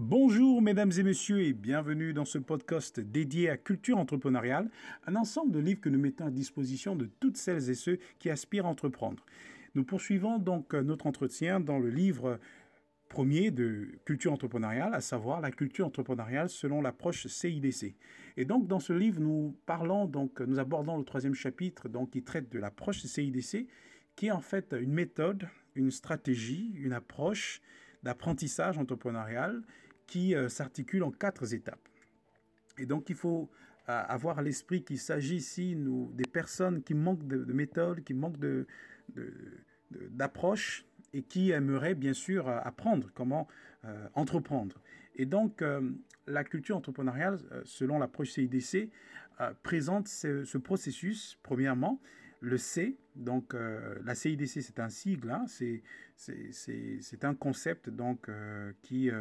Bonjour mesdames et messieurs et bienvenue dans ce podcast dédié à culture entrepreneuriale, un ensemble de livres que nous mettons à disposition de toutes celles et ceux qui aspirent à entreprendre. Nous poursuivons donc notre entretien dans le livre premier de culture entrepreneuriale, à savoir la culture entrepreneuriale selon l'approche CIDC. Et donc dans ce livre, nous abordons le troisième chapitre qui traite de l'approche CIDC, qui est en fait une méthode, une stratégie, une approche d'apprentissage entrepreneurial qui s'articule en 4 étapes. Et donc, il faut avoir à l'esprit qu'il s'agit ici des personnes qui manquent de méthode, qui manquent d'approche et qui aimeraient bien sûr apprendre comment entreprendre. Et donc, la culture entrepreneuriale, selon l'approche CIDC, présente ce processus, premièrement. Le C, donc la CIDC, c'est un sigle, hein, c'est un concept qui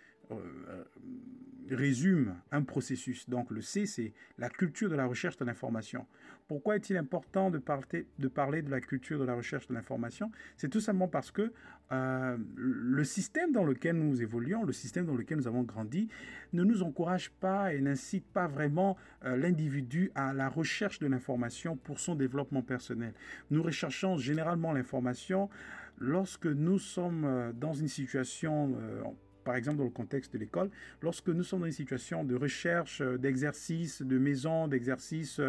résume un processus. Donc le C, c'est la culture de la recherche de l'information. Pourquoi est-il important de parler de la culture de la recherche de l'information? C'est tout simplement parce que le système dans lequel nous évoluons, le système dans lequel nous avons grandi, ne nous encourage pas et n'incite pas vraiment l'individu à la recherche de l'information pour son développement personnel. Nous recherchons généralement l'information lorsque nous sommes dans une situation par exemple dans le contexte de l'école, lorsque nous sommes dans une situation de recherche, d'exercice, de maison, d'exercice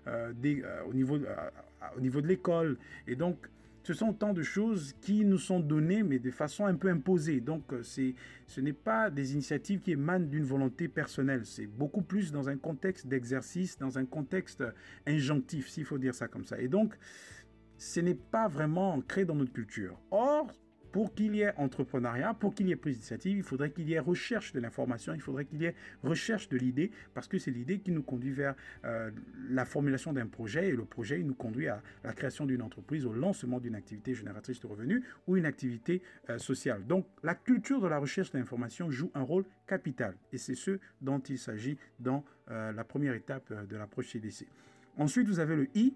au niveau de l'école. Et donc, ce sont autant de choses qui nous sont données, mais de façon un peu imposée. Donc, ce n'est pas des initiatives qui émanent d'une volonté personnelle. C'est beaucoup plus dans un contexte d'exercice, dans un contexte injonctif, s'il faut dire ça comme ça. Et donc, ce n'est pas vraiment ancré dans notre culture. Or, pour qu'il y ait entrepreneuriat, pour qu'il y ait prise d'initiative, il faudrait qu'il y ait recherche de l'information, il faudrait qu'il y ait recherche de l'idée, parce que c'est l'idée qui nous conduit vers la formulation d'un projet, et le projet il nous conduit à la création d'une entreprise, au lancement d'une activité génératrice de revenus ou une activité sociale. Donc, la culture de la recherche de l'information joue un rôle capital, et c'est ce dont il s'agit dans la première étape de l'approche CIDC. Ensuite, vous avez le I,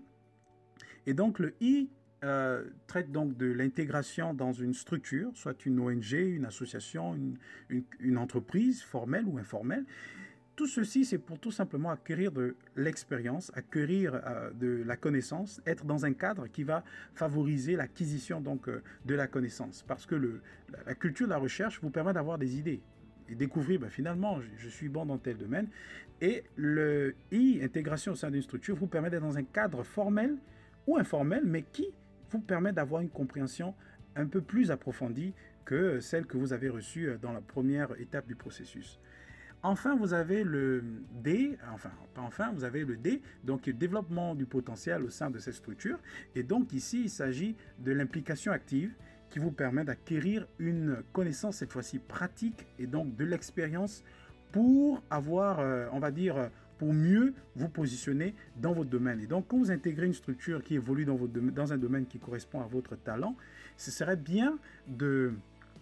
et donc le I traite donc de l'intégration dans une structure, soit une ONG, une association, une entreprise formelle ou informelle. Tout ceci, c'est pour tout simplement acquérir de l'expérience, acquérir de la connaissance, être dans un cadre qui va favoriser l'acquisition de la connaissance. Parce que la culture de la recherche vous permet d'avoir des idées et découvrir, finalement, je suis bon dans tel domaine. Et le I, intégration au sein d'une structure, vous permet d'être dans un cadre formel ou informel, mais qui vous permet d'avoir une compréhension un peu plus approfondie que celle que vous avez reçue dans la première étape du processus. Enfin, vous avez le D, vous avez le D, donc le développement du potentiel au sein de cette structure. Et donc ici, il s'agit de l'implication active qui vous permet d'acquérir une connaissance cette fois-ci pratique et donc de l'expérience pour avoir, pour mieux vous positionner dans votre domaine. Et donc, quand vous intégrez une structure qui évolue dans un domaine qui correspond à votre talent, ce serait bien de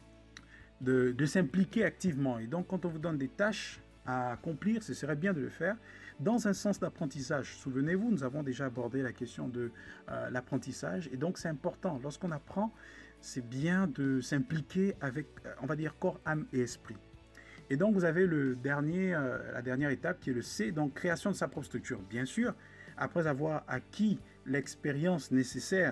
s'impliquer activement. Et donc, quand on vous donne des tâches à accomplir, ce serait bien de le faire dans un sens d'apprentissage. Souvenez-vous, nous avons déjà abordé la question de l'apprentissage. Et donc, c'est important. Lorsqu'on apprend, c'est bien de s'impliquer avec, corps, âme et esprit. Et donc, vous avez la dernière étape qui est le C, donc création de sa propre structure. Bien sûr, après avoir acquis l'expérience nécessaire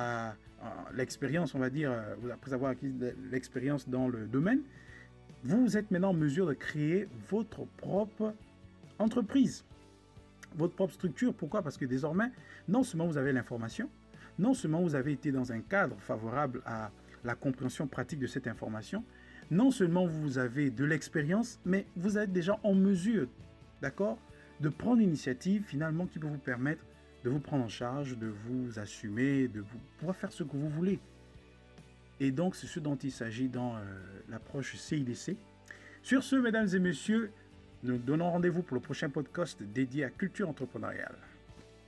après avoir acquis l'expérience dans le domaine, vous êtes maintenant en mesure de créer votre propre entreprise, votre propre structure. Pourquoi? Parce que désormais, non seulement vous avez l'information, non seulement vous avez été dans un cadre favorable à la compréhension pratique de cette information, non seulement vous avez de l'expérience, mais vous êtes déjà en mesure, d'accord, de prendre une initiative finalement qui peut vous permettre de vous prendre en charge, de vous assumer, de pouvoir faire ce que vous voulez. Et donc, c'est ce dont il s'agit dans l'approche CIDC. Sur ce, mesdames et messieurs, nous donnons rendez-vous pour le prochain podcast dédié à culture entrepreneuriale.